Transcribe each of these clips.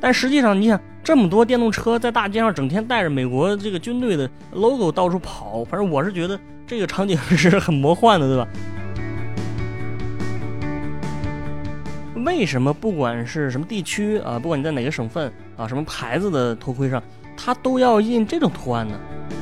但实际上你想，这么多电动车在大街上整天带着美国这个军队的 logo 到处跑，反正我是觉得这个场景是很魔幻的，对吧？为什么不管是什么地区啊，不管你在哪个省份啊，什么牌子的头盔上，它都要印这种图案呢？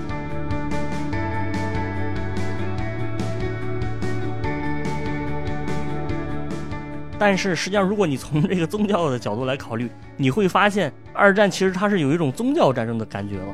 但是实际上，如果你从这个宗教的角度来考虑，你会发现二战其实它是有一种宗教战争的感觉了。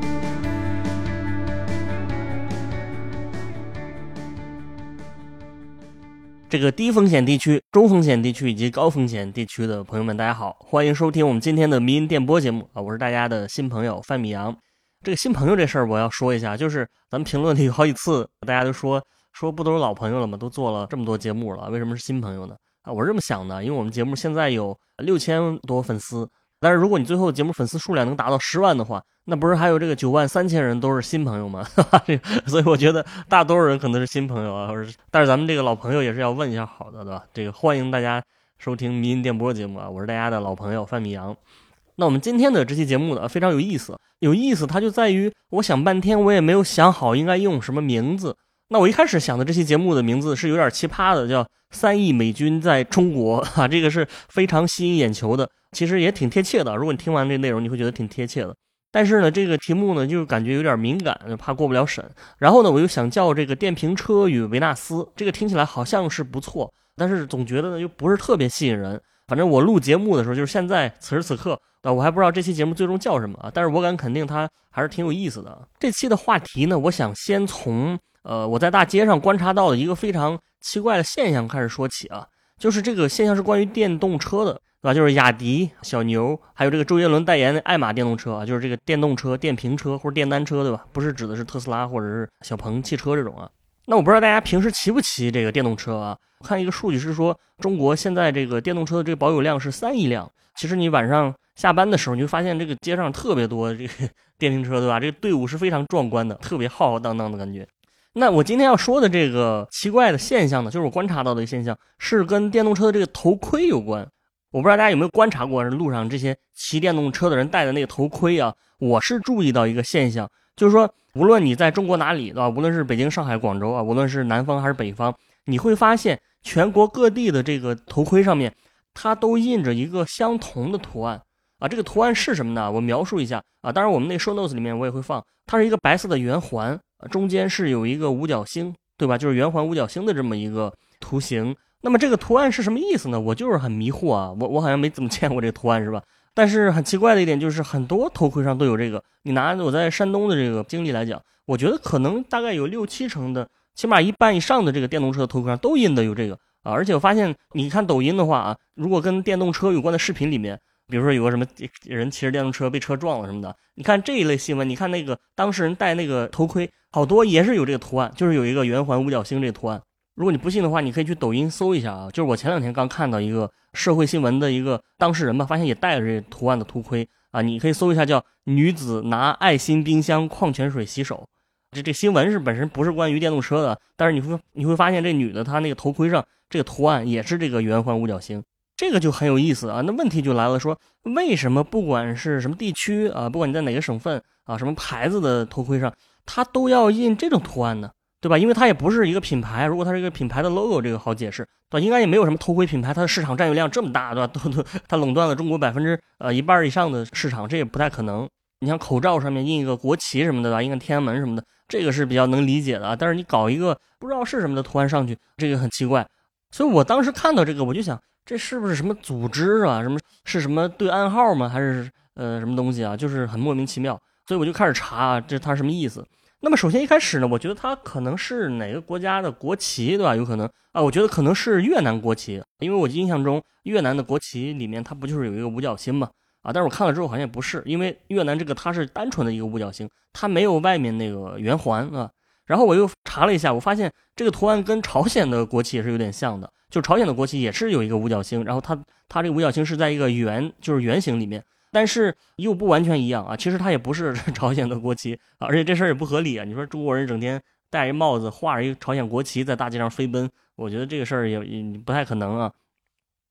这个低风险地区、中风险地区以及高风险地区的朋友们，大家好，欢迎收听我们今天的迷音电波节目啊！我是大家的新朋友范米阳。这个新朋友这事儿我要说一下，就是咱们评论里有好几次，大家都说不都是老朋友了吗？都做了这么多节目了，为什么是新朋友呢？我是这么想的，因为我们节目现在有6000多粉丝，但是如果你最后节目粉丝数量能达到10万的话，那不是还有这个93000人都是新朋友吗？所以我觉得大多数人可能是新朋友啊，但是咱们这个老朋友也是要问一下好的，对吧？这个欢迎大家收听迷音电波节目啊，我是大家的老朋友范米阳。那我们今天的这期节目呢非常有意思，它就在于我想半天我也没有想好应该用什么名字。那我一开始想的这期节目的名字是有点奇葩的，叫3亿美军在中国啊，这个是非常吸引眼球的，其实也挺贴切的。如果你听完这内容，你会觉得挺贴切的。但是呢，这个题目呢，就是感觉有点敏感，怕过不了审。然后呢，我又想叫这个电瓶车与维纳斯，这个听起来好像是不错，但是总觉得呢又不是特别吸引人。反正我录节目的时候，就是现在此时此刻我还不知道这期节目最终叫什么啊，但是我敢肯定它还是挺有意思的。这期的话题呢，我想先从我在大街上观察到的一个非常奇怪的现象开始说起啊，就是这个现象是关于电动车的，对吧？就是雅迪、小牛，还有这个周杰伦代言的爱玛电动车啊，就是这个电动车、电瓶车或者电单车，对吧？不是指的是特斯拉或者是小鹏汽车这种啊。那我不知道大家平时骑不骑这个电动车啊？我看一个数据是说，中国现在这个电动车的这个保有量是3亿辆。其实你晚上下班的时候，你就发现这个街上特别多这个电瓶车，对吧？这个队伍是非常壮观的，特别浩浩荡荡的感觉。那我今天要说的这个奇怪的现象呢，就是我观察到的一个现象，是跟电动车的这个头盔有关。我不知道大家有没有观察过路上这些骑电动车的人戴的那个头盔啊，我是注意到一个现象，就是说无论你在中国哪里，对吧？无论是北京、上海、广州啊，无论是南方还是北方，你会发现全国各地的这个头盔上面，它都印着一个相同的图案啊。这个图案是什么呢？我描述一下啊，当然我们那 show notes 里面我也会放，它是一个白色的圆环，中间是有一个五角星，对吧？就是圆环五角星的这么一个图形。那么这个图案是什么意思呢？我就是很迷惑啊，我好像没怎么见过这个图案，是吧？但是很奇怪的一点就是很多头盔上都有这个。你拿我在山东的这个经历来讲，我觉得可能大概有6-7成的，起码1半以上的这个电动车的头盔上都印的有这个啊。而且我发现你看抖音的话啊，如果跟电动车有关的视频里面，比如说有个什么人骑着电动车被车撞了什么的，你看这一类新闻，你看那个当事人戴那个头盔，好多也是有这个图案，就是有一个圆环五角星这个图案。如果你不信的话，你可以去抖音搜一下啊，就是我前2天刚看到一个社会新闻的一个当事人吧，发现也戴着这图案的头盔啊，你可以搜一下叫女子拿爱心冰箱矿泉水洗手。这新闻是本身不是关于电动车的，但是你会发现这女的她那个头盔上这个图案也是这个圆环五角星，这个就很有意思啊。那问题就来了，说为什么不管是什么地区啊，不管你在哪个省份啊，什么牌子的头盔上，它都要印这种图案呢？对吧？因为它也不是一个品牌，如果它是一个品牌的 logo， 这个好解释，对吧？应该也没有什么头盔品牌，它的市场占有量这么大，对吧？它垄断了中国1半以上的市场，这也不太可能。你像口罩上面印一个国旗什么的吧，印个天安门什么的，这个是比较能理解的啊。但是你搞一个不知道是什么的图案上去，这个很奇怪。所以我当时看到这个，我就想，这是不是什么组织啊？是什么对暗号吗？还是什么东西啊？就是很莫名其妙。所以我就开始查这它什么意思。那么首先一开始呢，我觉得它可能是哪个国家的国旗，对吧？有可能啊，我觉得可能是越南国旗，因为我印象中越南的国旗里面它不就是有一个五角星嘛？啊，但是我看了之后好像也不是，因为越南这个它是单纯的一个五角星，它没有外面那个圆环啊。然后我又查了一下，我发现这个图案跟朝鲜的国旗也是有点像的，就朝鲜的国旗也是有一个五角星，然后它这个五角星是在一个就是圆形里面。但是又不完全一样啊，其实它也不是朝鲜的国旗啊，而且这事儿也不合理啊。你说中国人整天戴一帽子，画着一个朝鲜国旗在大街上飞奔，我觉得这个事儿也不太可能啊。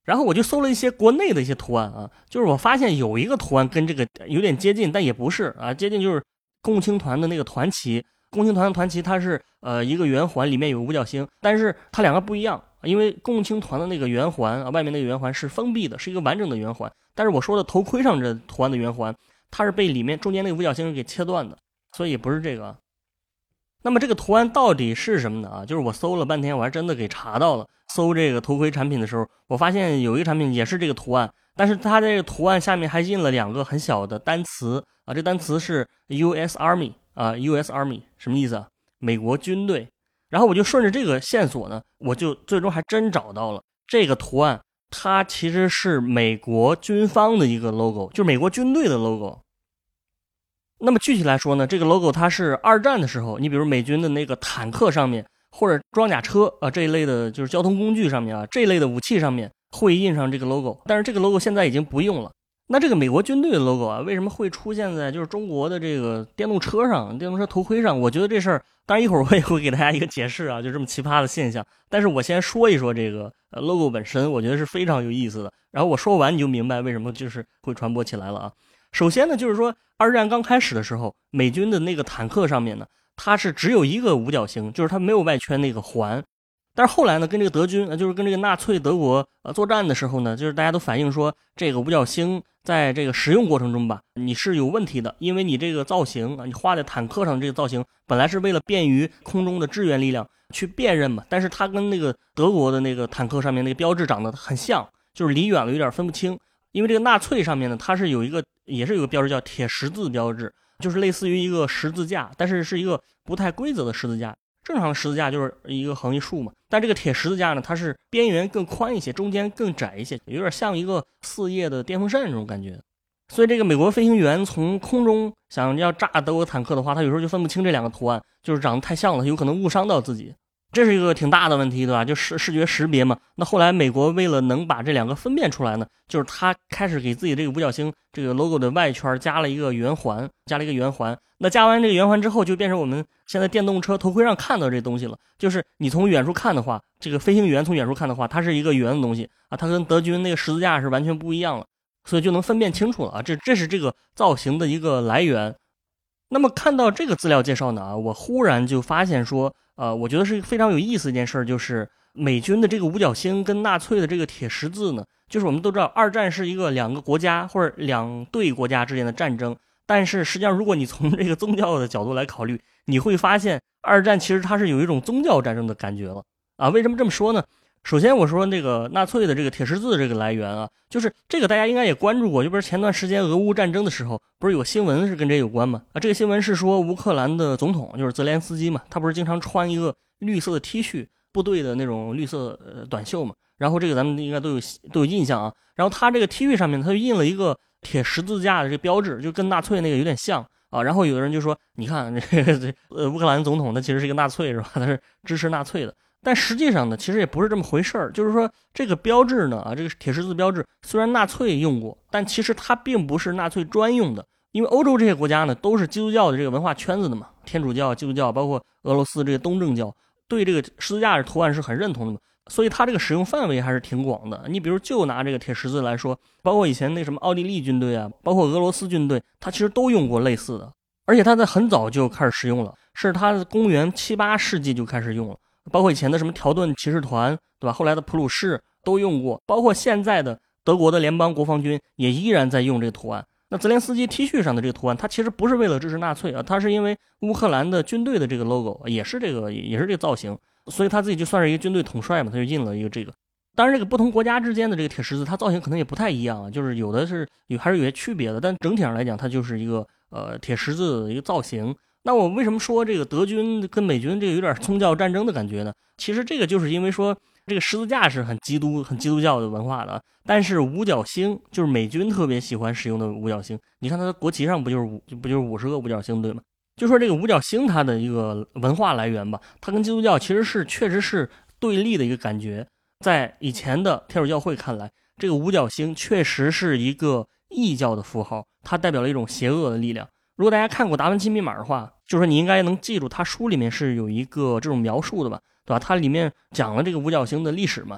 然后我就搜了一些国内的一些图案啊，就是我发现有一个图案跟这个有点接近，但也不是啊，接近就是共青团的那个团旗。共青团的团旗它是一个圆环，里面有五角星，但是它两个不一样，因为共青团的那个圆环啊，外面那个圆环是封闭的，是一个完整的圆环，但是我说的头盔上这图案的圆环，它是被里面中间那个五角星给切断的，所以也不是这个。那么这个图案到底是什么呢？就是我搜了半天，我还真的给查到了。搜这个头盔产品的时候，我发现有一个产品也是这个图案，但是它这个图案下面还印了2个很小的单词啊，这单词是 US Army 啊 ，US Army 什么意思啊？美国军队。然后我就顺着这个线索呢，我就最终还真找到了这个图案，它其实是美国军方的一个 logo， 就是美国军队的 logo。那么具体来说呢，这个 logo 它是二战的时候，你比如美军的那个坦克上面，或者装甲车啊这一类的，就是交通工具上面啊这一类的武器上面会印上这个 logo， 但是这个 logo 现在已经不用了。那这个美国军队的 logo 啊，为什么会出现在就是中国的这个电动车上、电动车头盔上？我觉得这事儿，当然一会儿我也会给大家一个解释啊，就这么奇葩的现象。但是我先说一说这个logo 本身，我觉得是非常有意思的。然后我说完你就明白为什么就是会传播起来了啊。首先呢，就是说二战刚开始的时候，美军的那个坦克上面呢，它是只有一个五角星，就是它没有外圈那个环。但是后来呢，跟这个德军就是跟这个纳粹德国作战的时候呢，就是大家都反映说，这个五角星在这个使用过程中吧，你是有问题的，因为你这个造型啊，你画在坦克上这个造型，本来是为了便于空中的支援力量去辨认嘛，但是它跟那个德国的那个坦克上面那个标志长得很像，就是离远了有点分不清。因为这个纳粹上面呢，它是有一个也是有个标志叫铁十字标志，就是类似于一个十字架，但是是一个不太规则的十字架。正常的十字架就是一个横一竖嘛，但这个铁十字架呢，它是边缘更宽一些，中间更窄一些，有点像一个4叶的电风扇这种感觉。所以这个美国飞行员从空中想要炸德国坦克的话，他有时候就分不清这2个图案，就是长得太像了，有可能误伤到自己。这是一个挺大的问题，对吧？就是视觉识别嘛。那后来美国为了能把这2个分辨出来呢，就是他开始给自己这个五角星这个 logo 的外圈加了一个圆环，那加完这个圆环之后，就变成我们现在电动车头盔上看到这东西了。就是你从远处看的话，这个飞行员从远处看的话，它是一个圆的东西啊，它跟德军那个十字架是完全不一样了，所以就能分辨清楚了啊。这是这个造型的一个来源。那么看到这个资料介绍呢，我忽然就发现说，我觉得是非常有意思的一件事，就是美军的这个五角星跟纳粹的这个铁十字呢，就是我们都知道二战是一个2个国家或者2对国家之间的战争，但是实际上如果你从这个宗教的角度来考虑，你会发现二战其实它是有一种宗教战争的感觉了啊。为什么这么说呢？首先我说那个纳粹的这个铁十字这个来源啊，就是这个大家应该也关注过，就比如前段时间俄乌战争的时候，不是有个新闻是跟这有关吗？这个新闻是说乌克兰的总统就是泽连斯基嘛，他不是经常穿一个绿色的 T 恤，部队的那种绿色短袖嘛，然后这个咱们应该都有印象啊。然后他这个 T 恤上面他就印了一个铁十字架的这个标志，就跟纳粹那个有点像啊。然后有的人就说，你看乌克兰总统他其实是一个纳粹是吧？他是支持纳粹的。但实际上呢，其实也不是这么回事儿。就是说，这个标志呢，这个铁十字标志虽然纳粹用过，但其实它并不是纳粹专用的。因为欧洲这些国家呢，都是基督教的这个文化圈子的嘛，天主教、基督教，包括俄罗斯这个东正教，对这个十字架的图案是很认同的嘛。所以它这个使用范围还是挺广的。你比如就拿这个铁十字来说，包括以前那什么奥地利军队啊，包括俄罗斯军队，它其实都用过类似的，而且它在很早就开始使用了，是它的公元7、8世纪就开始用了。包括以前的什么条顿骑士团，对吧？后来的普鲁士都用过，包括现在的德国的联邦国防军也依然在用这个图案。那泽连斯基 T 恤上的这个图案，它其实不是为了支持纳粹啊，它是因为乌克兰的军队的这个 logo 也是这个造型，所以他自己就算是一个军队统帅嘛，他就印了一个这个。当然，这个不同国家之间的这个铁十字，它造型可能也不太一样啊，就是有的是还是有些区别的，但整体上来讲，它就是一个铁十字的一个造型。那我为什么说这个德军跟美军这个有点宗教战争的感觉呢？其实这个就是因为说这个十字架是很基督教的文化的，但是五角星就是美军特别喜欢使用的五角星。你看它的国旗上不就是50个五角星对吗？就说这个五角星它的一个文化来源吧，它跟基督教其实确实是对立的一个感觉。在以前的天主教会看来，这个五角星确实是一个异教的符号，它代表了一种邪恶的力量。如果大家看过达芬奇密码的话，就是说你应该能记住，他书里面是有一个这种描述的吧，对吧？它里面讲了这个五角星的历史嘛。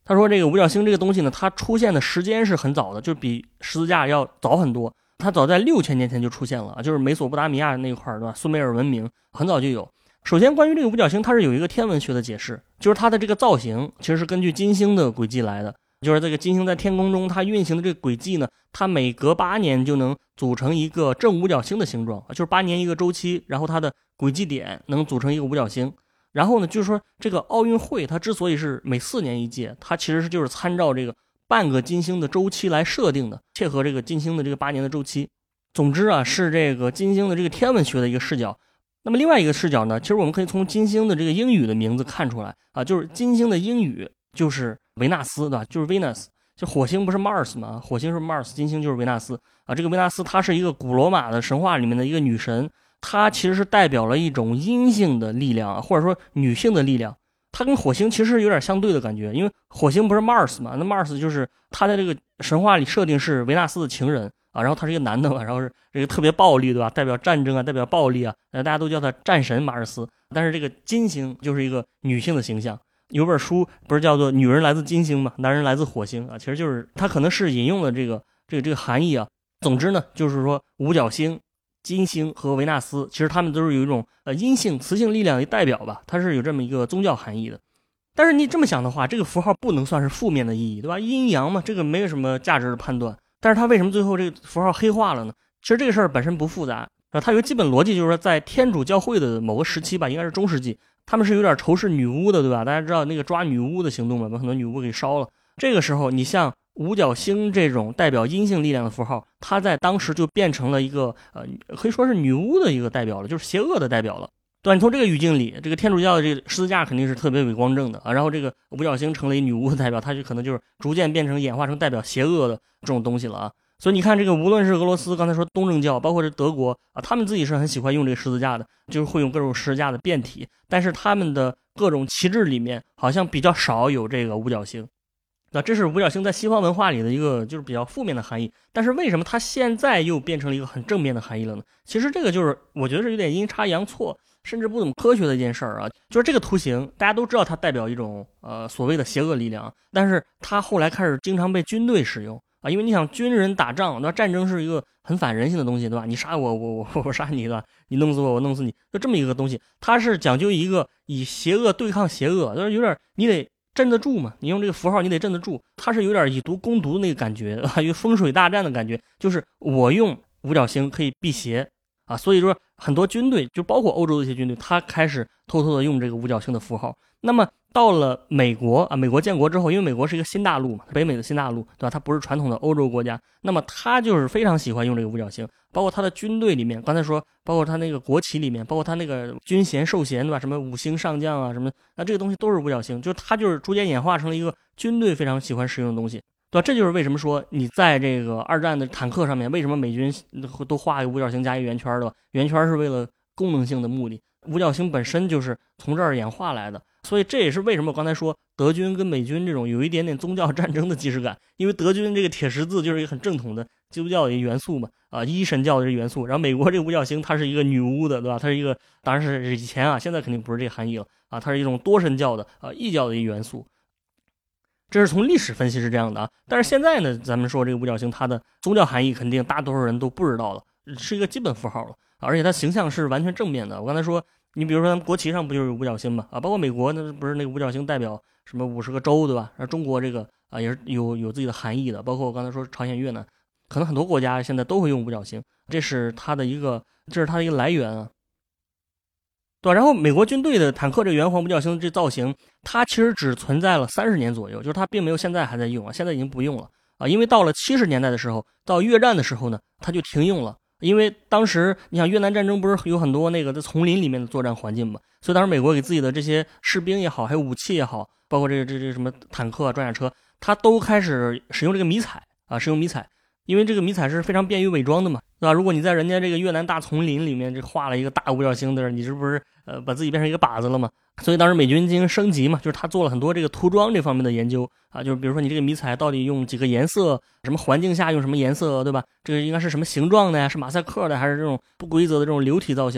他说这个五角星这个东西呢，它出现的时间是很早的，就比十字架要早很多。它早在6000年前就出现了，就是美索不达米亚那块儿，对吧？苏美尔文明很早就有。首先，关于这个五角星，它是有一个天文学的解释，就是它的这个造型其实是根据金星的轨迹来的。就是这个金星在天空中它运行的这个轨迹呢，它每隔8年就能组成一个正五角星的形状，就是8年一个周期，然后它的轨迹点能组成一个五角星。然后呢，就是说这个奥运会它之所以是每4年一届，它其实是就是参照这个半个金星的周期来设定的，切合这个金星的这个8年的周期。总之啊，是这个金星的这个天文学的一个视角。那么另外一个视角呢，其实我们可以从金星的这个英语的名字看出来啊，就是金星的英语就是维纳斯，对吧？就是 Venus。就火星不是 Mars 吗？火星是 Mars， 金星就是维纳斯啊。这个维纳斯她是一个古罗马的神话里面的一个女神。它其实是代表了一种阴性的力量，或者说女性的力量。它跟火星其实有点相对的感觉，因为火星不是 Mars 嘛，那 Mars 就是它在这个神话里设定是维纳斯的情人啊，然后他是一个男的嘛，然后是这个特别暴力，对吧？代表战争啊，代表暴力啊，大家都叫他战神马尔斯。但是这个金星就是一个女性的形象。有本书不是叫做《女人来自金星》嘛，男人来自火星啊，其实就是它可能是引用了这个含义啊。总之呢，就是说五角星、金星和维纳斯，其实他们都是有一种阴性雌性力量的代表吧，它是有这么一个宗教含义的。但是你这么想的话，这个符号不能算是负面的意义，对吧？阴阳嘛，这个没有什么价值的判断。但是它为什么最后这个符号黑化了呢？其实这个事儿本身不复杂，它有个基本逻辑，就是说在天主教会的某个时期吧，应该是中世纪，他们是有点仇视女巫的，对吧？大家知道那个抓女巫的行动嘛，把很多女巫给烧了。这个时候，你像五角星这种代表阴性力量的符号，它在当时就变成了一个可以说是女巫的一个代表了，就是邪恶的代表了。对吧？你从这个语境里，这个天主教的这个十字架肯定是特别伟光正的啊，然后这个五角星成了一女巫的代表，它就可能就是逐渐变成演化成代表邪恶的这种东西了啊。所以你看，这个无论是俄罗斯，刚才说东正教，包括这德国啊，他们自己是很喜欢用这个十字架的，就是会用各种十字架的变体，但是他们的各种旗帜里面好像比较少有这个五角星。那这是五角星在西方文化里的一个就是比较负面的含义，但是为什么它现在又变成了一个很正面的含义了呢？其实这个就是我觉得是有点阴差阳错，甚至不怎么科学的一件事儿啊。就是这个图形大家都知道它代表一种所谓的邪恶力量，但是它后来开始经常被军队使用啊，因为你想军人打仗，那战争是一个很反人性的东西，对吧？你杀我，我杀你，对吧？你弄死我，我弄死你，就这么一个东西，它是讲究一个以邪恶对抗邪恶，就是有点你得镇得住嘛，你用这个符号你得镇得住，它是有点以毒攻毒的那个感觉，有风水大战的感觉，就是我用五角星可以辟邪啊，所以说很多军队，就包括欧洲的一些军队，他开始偷偷的用这个五角星的符号。那么到了美国啊，美国建国之后，因为美国是一个新大陆嘛，北美的新大陆，对吧？它不是传统的欧洲国家，那么它就是非常喜欢用这个五角星，包括它的军队里面，刚才说，包括它那个国旗里面，包括它那个军衔授衔，对吧？什么5星上将啊，什么，那这个东西都是五角星，就是它就是逐渐演化成了一个军队非常喜欢使用的东西，对吧？这就是为什么说你在这个二战的坦克上面，为什么美军都画一个五角星加一个圆圈的？圆圈是为了功能性的目的，五角星本身就是从这儿演化来的。所以这也是为什么我刚才说德军跟美军这种有一点点宗教战争的即视感，因为德军这个铁十字就是一个很正统的基督教的一个元素嘛，一神教的这个元素，然后美国这个五角星它是一个女巫的，对吧？它是一个，当然是以前啊，现在肯定不是这个含义了啊，它是一种多神教的异教的一个元素。这是从历史分析是这样的啊，但是现在呢，咱们说这个五角星它的宗教含义肯定大多数人都不知道了，是一个基本符号了，而且它形象是完全正面的。我刚才说，你比如说咱们国旗上不就是有五角星嘛，包括美国那不是那个五角星代表什么50个州，对吧？然后中国这个也是有自己的含义的，包括我刚才说朝鲜、越南，可能很多国家现在都会用五角星，这是它的一个来源啊。对吧？然后美国军队的坦克这个圆环五角星这造型，它其实只存在了30年左右，就是它并没有现在还在用啊，现在已经不用了啊，因为到了70年代的时候，到越战的时候呢，它就停用了。因为当时你想越南战争不是有很多那个在丛林里面的作战环境嘛，所以当时美国给自己的这些士兵也好，还有武器也好，包括这什么坦克、装甲车，它都开始使用这个迷彩啊，使用迷彩，因为这个迷彩是非常便于伪装的嘛，对吧？如果你在人家这个越南大丛林里面这画了一个大五角星的，你是不是把自己变成一个靶子了嘛？所以当时美军进行升级嘛，就是他做了很多这个涂装这方面的研究啊，就是比如说你这个迷彩到底用几个颜色，什么环境下用什么颜色，对吧？这个应该是什么形状的呀？是马赛克的还是这种不规则的这种流体造型的？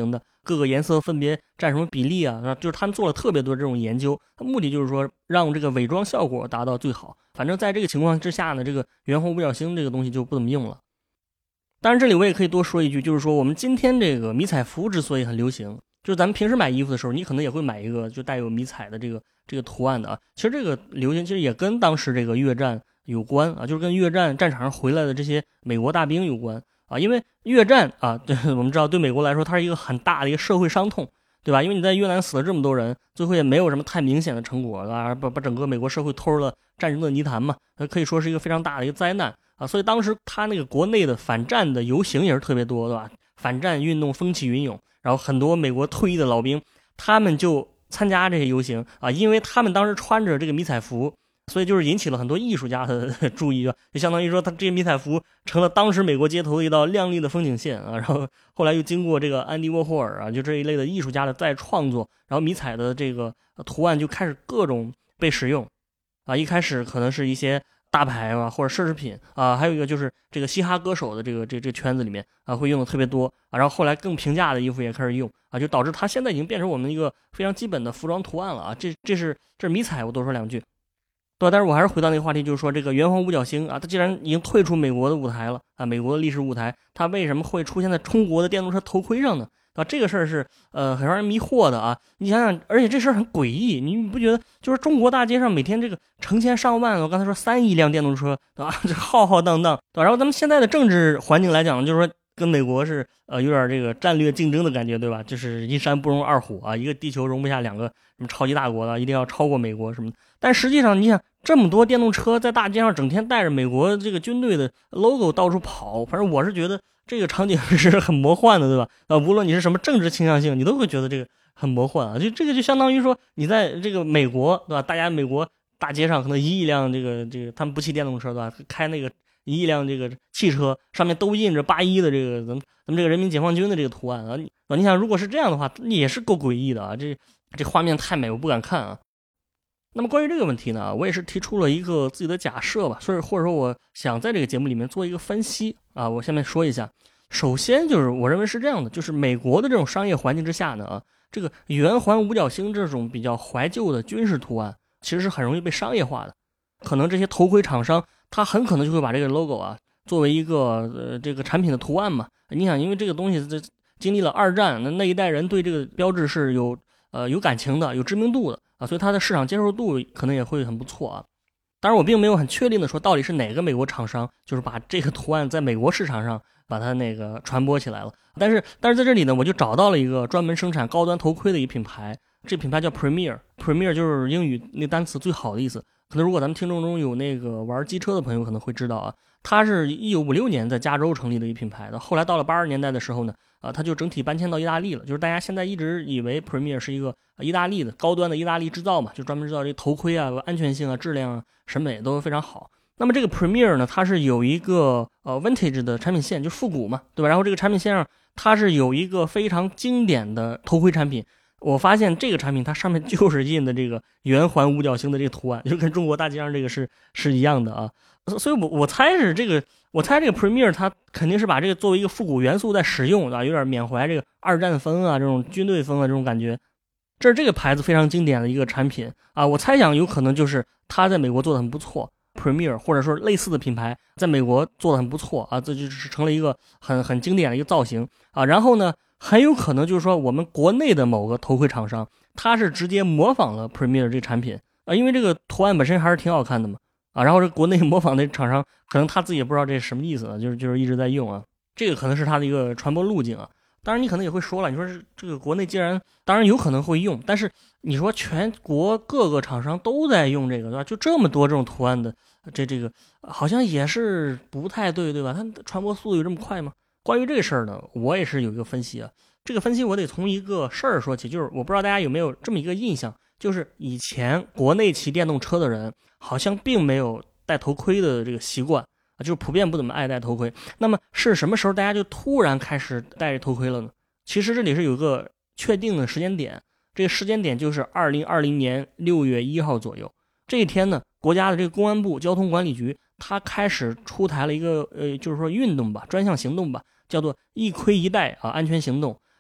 各个颜色分别占什么比例啊，就是他们做了特别多这种研究，目的就是说让这个伪装效果达到最好。反正在这个情况之下呢，这个圆环五角星这个东西就不怎么用了。当然这里我也可以多说一句，就是说我们今天这个迷彩服之所以很流行，就是咱们平时买衣服的时候，你可能也会买一个就带有迷彩的这个图案的啊。其实这个流行其实也跟当时这个越战有关啊，就是跟越战战场上回来的这些美国大兵有关啊。因为越战啊，对，我们知道对美国来说它是一个很大的一个社会伤痛，对吧？因为你在越南死了这么多人，最后也没有什么太明显的成果啊，把整个美国社会拖入了战争的泥潭嘛，可以说是一个非常大的一个灾难啊。所以当时他那个国内的反战的游行也是特别多，对吧？反战运动风起云涌，然后很多美国退役的老兵他们就参加这些游行啊，因为他们当时穿着这个迷彩服，所以就是引起了很多艺术家的注意，就相当于说他这些迷彩服成了当时美国街头的一道亮丽的风景线啊。然后后来又经过这个安迪沃霍尔啊，就这一类的艺术家的再创作，然后迷彩的这个图案就开始各种被使用啊。一开始可能是一些大牌啊或者奢侈品啊，还有一个就是这个嘻哈歌手的这个圈子里面啊会用的特别多啊。然后后来更平价的衣服也开始用啊，就导致它现在已经变成我们一个非常基本的服装图案了啊。这是迷彩，我多说两句。对，但是我还是回到那个话题，就是说这个圆环五角星啊，它既然已经退出美国的舞台了啊，美国的历史舞台，它为什么会出现在中国的电动车头盔上呢？啊，这个事儿是很让人迷惑的啊。你想想，而且这事儿很诡异，你不觉得？就是中国大街上每天这个成千上万，我刚才说3亿辆电动车，对吧？这浩浩荡荡，对吧？然后咱们现在的政治环境来讲，就是说跟美国是有点这个战略竞争的感觉，对吧？就是一山不容二虎啊，一个地球容不下两个什么超级大国的，一定要超过美国什么的。但实际上，你想这么多电动车在大街上整天带着美国这个军队的 logo 到处跑，反正我是觉得这个场景是很魔幻的，对吧？无论你是什么政治倾向性，你都会觉得这个很魔幻啊。就这个就相当于说你在这个美国，对吧？大家美国大街上可能1亿辆这个他们不骑电动车，对吧？开那个1亿辆这个汽车，上面都印着81的这个咱们这个人民解放军的这个图案啊。你想如果是这样的话，也是够诡异的啊。这画面太美，我不敢看啊。那么关于这个问题呢，我也是提出了一个自己的假设吧，所以或者说我想在这个节目里面做一个分析啊。我下面说一下，首先就是我认为是这样的，就是美国的这种商业环境之下呢，这个圆环五角星这种比较怀旧的军事图案，其实是很容易被商业化的。可能这些头盔厂商，他很可能就会把这个 logo 啊作为一个这个产品的图案嘛。你想，因为这个东西这经历了2战，那一代人对这个标志是有感情的，有知名度的啊，所以它的市场接受度可能也会很不错啊。当然我并没有很确定的说到底是哪个美国厂商就是把这个图案在美国市场上把它那个传播起来了，但是在这里呢，我就找到了一个专门生产高端头盔的一品牌，这品牌叫 Premier 就是英语那单词最好的意思。可能如果咱们听众中有那个玩机车的朋友可能会知道啊，它是1956年在加州成立的一品牌的，后来到了80年代的时候呢，它就整体搬迁到意大利了。就是大家现在一直以为 Premier 是一个意大利的高端的意大利制造嘛，就专门制造这头盔啊、安全性啊、质量啊、审美都非常好。那么这个 Premier 呢，它是有一个vintage 的产品线，就复古嘛，对吧？然后这个产品线上它是有一个非常经典的头盔产品。我发现这个产品它上面就是印的这个圆环五角星的这个图案，就跟中国大街上这个是一样的啊。所以我猜这个 Premier 它肯定是把这个作为一个复古元素在使用的，有点缅怀这个2战风啊，这种军队风啊这种感觉。这是这个牌子非常经典的一个产品啊，我猜想有可能就是它在美国做的很不错 ，Premier 或者说类似的品牌在美国做的很不错啊，这就是成了一个很经典的一个造型啊。然后呢，很有可能就是说我们国内的某个头盔厂商，它是直接模仿了 Premier 这个产品啊，因为这个图案本身还是挺好看的嘛啊。然后这国内模仿的厂商可能他自己也不知道这是什么意思啊，就是一直在用啊，这个可能是它的一个传播路径啊。当然你可能也会说了，你说是这个国内既然当然有可能会用，但是你说全国各个厂商都在用这个，对吧？就这么多这种图案的，这个好像也是不太对，对吧？它传播速度有这么快吗？关于这个事儿呢，我也是有一个分析啊。这个分析我得从一个事儿说起，就是我不知道大家有没有这么一个印象，就是以前国内骑电动车的人好像并没有戴头盔的这个习惯。就是普遍不怎么爱戴头盔，那么是什么时候大家就突然开始戴着头盔了呢？其实这里是有个确定的时间点，这个时间点就是2020年6月1号左右。这一天呢，国家的这个公安部交通管理局它开始出台了一个就是说运动吧，专项行动吧，叫做一盔一戴啊，安全行动。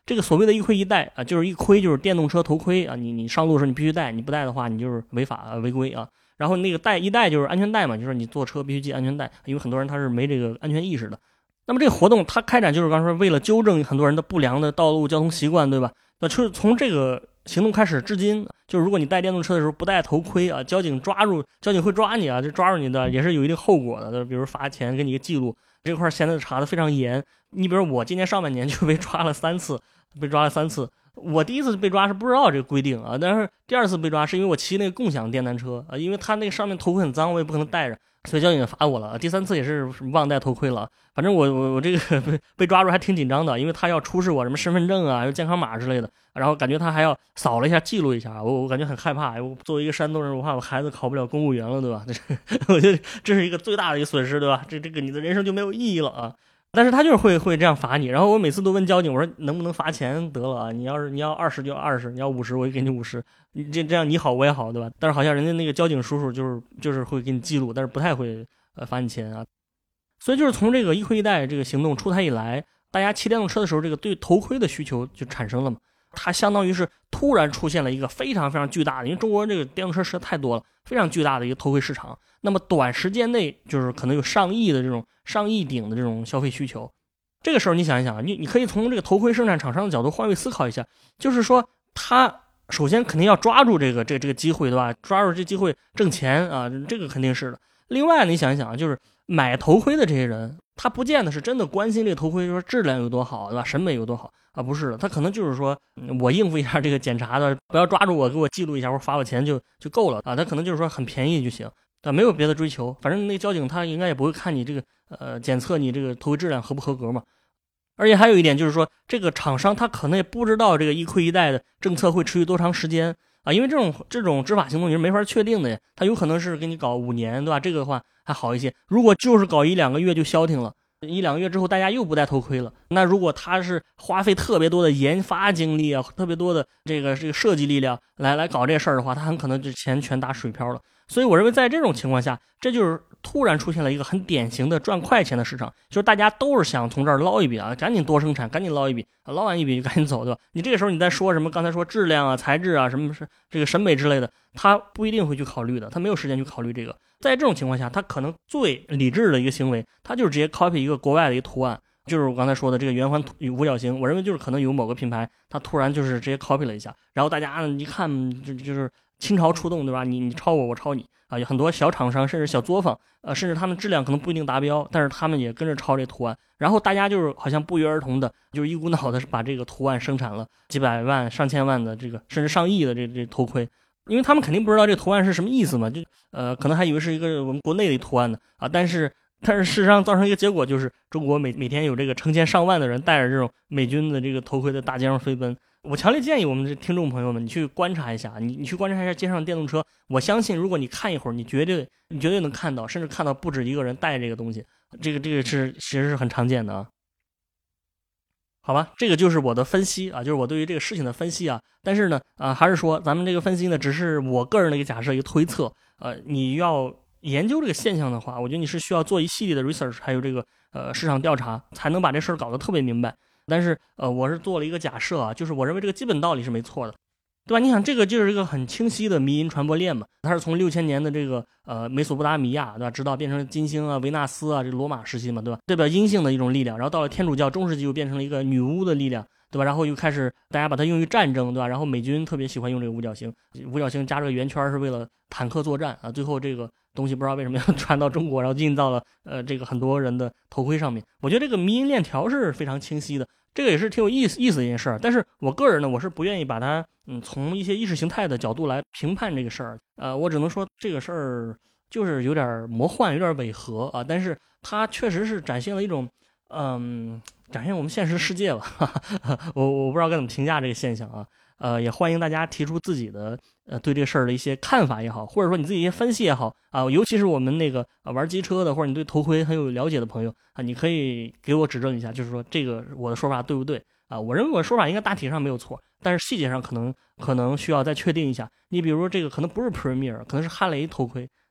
这个所谓的一盔一戴啊，就是一盔就是电动车头盔啊，你上路的时候你必须戴，你不戴的话你就是违法违规啊。然后那个一戴就是安全带嘛，就是你坐车必须系安全带，因为很多人他是没这个安全意识的。那么这个活动它开展就是刚才说为了纠正很多人的不良的道路交通习惯，对吧？那从这个行动开始至今，就是如果你戴电动车的时候不戴头盔啊，交警会抓你啊，这抓住你的也是有一定后果的，比如罚钱给你一个记录，这块现在查的非常严。你比如我今年上半年就被抓了3次。我第一次被抓是不知道这个规定啊，但是第二次被抓是因为我骑那个共享电单车啊，因为他那个上面头盔很脏，我也不可能戴着，所以交警也罚我了。第3次也是忘戴头盔了，反正我这个被抓住还挺紧张的，因为他要出示我什么身份证啊、有健康码之类的，然后感觉他还要扫了一下记录一下，我感觉很害怕。我作为一个山东人，我怕我孩子考不了公务员了，对吧？我觉得这是一个最大的一个损失，对吧？这个你的人生就没有意义了啊。但是他就是会这样罚你，然后我每次都问交警，我说能不能罚钱得了啊？你要20就20，你要50我就给你50，你这样你好我也好，对吧？但是好像人家那个交警叔叔就是会给你记录，但是不太会罚你钱啊。所以就是从这个一盔一戴这个行动出台以来，大家骑电动车的时候，这个对头盔的需求就产生了嘛。它相当于是突然出现了一个非常非常巨大的，因为中国这个电动车实在太多了，非常巨大的一个头盔市场。那么短时间内就是可能有上亿顶的这种消费需求。这个时候你想一想，你可以从这个头盔生产厂商的角度换位思考一下，就是说他首先肯定要抓住这个机会，对吧？抓住这机会挣钱啊，这个肯定是的。另外你想一想，就是买头盔的这些人，他不见得是真的关心这个头盔说质量有多好，对吧？审美有多好啊？不是的，他可能就是说我应付一下这个检查的，不要抓住我，给我记录一下，或者罚我钱就够了啊。他可能就是说很便宜就行，但没有别的追求。反正那交警他应该也不会看你这个检测你这个头盔质量合不合格嘛。而且还有一点就是说，这个厂商他可能也不知道这个一盔一戴的政策会持续多长时间啊，因为这种执法行动你是没法确定的呀，他有可能是给你搞5年，对吧？这个的话还好一些。如果就是搞1-2个月就消停了，1-2个月之后大家又不戴头盔了，那如果他是花费特别多的研发精力啊，特别多的这个设计力量来搞这事儿的话，他很可能这钱全打水漂了。所以我认为在这种情况下，这就是突然出现了一个很典型的赚快钱的市场，就是大家都是想从这儿捞一笔啊，赶紧多生产，赶紧捞一笔，捞完一笔就赶紧走，对吧？你这个时候你在说什么？刚才说质量啊、材质啊，什么是这个审美之类的，他不一定会去考虑的，他没有时间去考虑这个。在这种情况下，他可能最理智的一个行为，他就是直接 copy 一个国外的一个图案，就是我刚才说的这个圆环五角星。我认为就是可能有某个品牌，他突然就是直接 copy 了一下，然后大家一看就是倾巢出动，对吧？你抄我，我抄你啊！有很多小厂商甚至小作坊，甚至他们质量可能不一定达标，但是他们也跟着抄这图案，然后大家就是好像不约而同的，就是一股脑的把这个图案生产了几百万、上千万的这个，甚至上亿的这头盔。因为他们肯定不知道这个图案是什么意思嘛，就可能还以为是一个我们国内的图案呢啊，但是事实上造成一个结果就是中国每天有这个成千上万的人戴着这种美军的这个头盔在大街上飞奔。我强烈建议我们的听众朋友们，你去观察一下，你去观察一下街上的电动车，我相信如果你看一会儿，你绝对能看到，甚至看到不止一个人戴这个东西，这个是其实是很常见的啊。好吧，这个就是我的分析啊，就是我对于这个事情的分析啊。但是呢，还是说咱们这个分析呢，只是我个人的一个假设，一个推测。你要研究这个现象的话，我觉得你是需要做一系列的 research， 还有这个市场调查，才能把这事儿搞得特别明白。但是我是做了一个假设啊，就是我认为这个基本道理是没错的，对吧？你想这个就是一个很清晰的迷因传播链嘛，它是从6000年的这个美索不达米亚，对吧，直到变成金星啊、维纳斯啊，这个罗马时期嘛，对吧？代表阴性的一种力量，然后到了天主教中世纪又变成了一个女巫的力量，对吧？然后又开始大家把它用于战争，对吧？然后美军特别喜欢用这个五角星加这个圆圈是为了坦克作战啊，最后这个东西不知道为什么要传到中国，然后印到了这个很多人的头盔上面。我觉得这个迷因链条是非常清晰的。这个也是挺有意思的一件事儿，但是我个人呢，我是不愿意把它从一些意识形态的角度来评判这个事儿。我只能说这个事儿就是有点魔幻，有点违和啊，但是它确实是展现了一种展现我们现实世界吧。我不知道该怎么评价这个现象啊。也欢迎大家提出自己的对这个事儿的一些看法也好，或者说你自己一些分析也好啊，尤其是我们那个玩机车的，或者你对头盔很有了解的朋友啊，你可以给我指正一下，就是说这个我的说法对不对啊？我认为我的说法应该大体上没有错，但是细节上可能需要再确定一下。你比如说这个可能不是 Premier， 可能是哈雷头盔，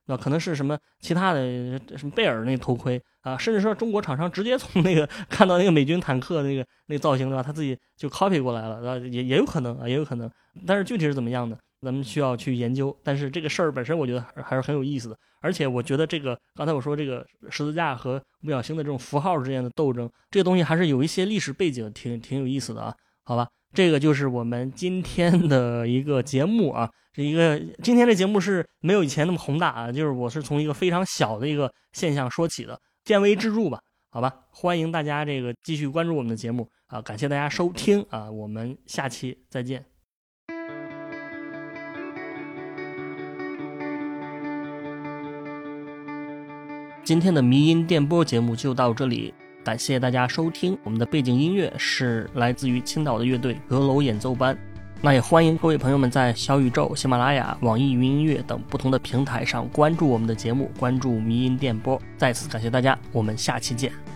可能是什么其他的什么贝尔那个头盔啊，甚至说中国厂商直接从那个看到那个美军坦克那个造型对吧，他自己就 copy 过来了，也有可能啊，也有可能，但是具体是怎么样的，咱们需要去研究。但是这个事儿本身我觉得还是很有意思的，而且我觉得这个刚才我说这个十字架和五角星的这种符号之间的斗争，这个东西还是有一些历史背景，挺有意思的啊，好吧。这个就是我们今天的一个节目啊，今天这节目是没有以前那么宏大啊，就是我是从一个非常小的一个现象说起的，见微知著吧，好吧，欢迎大家这个继续关注我们的节目啊，感谢大家收听啊，我们下期再见。今天的迷音电波节目就到这里，感谢大家收听。我们的背景音乐是来自于青岛的乐队阁楼演奏班。那也欢迎各位朋友们在小宇宙、喜马拉雅、网易云音乐等不同的平台上关注我们的节目，关注迷音电波。再次感谢大家，我们下期见。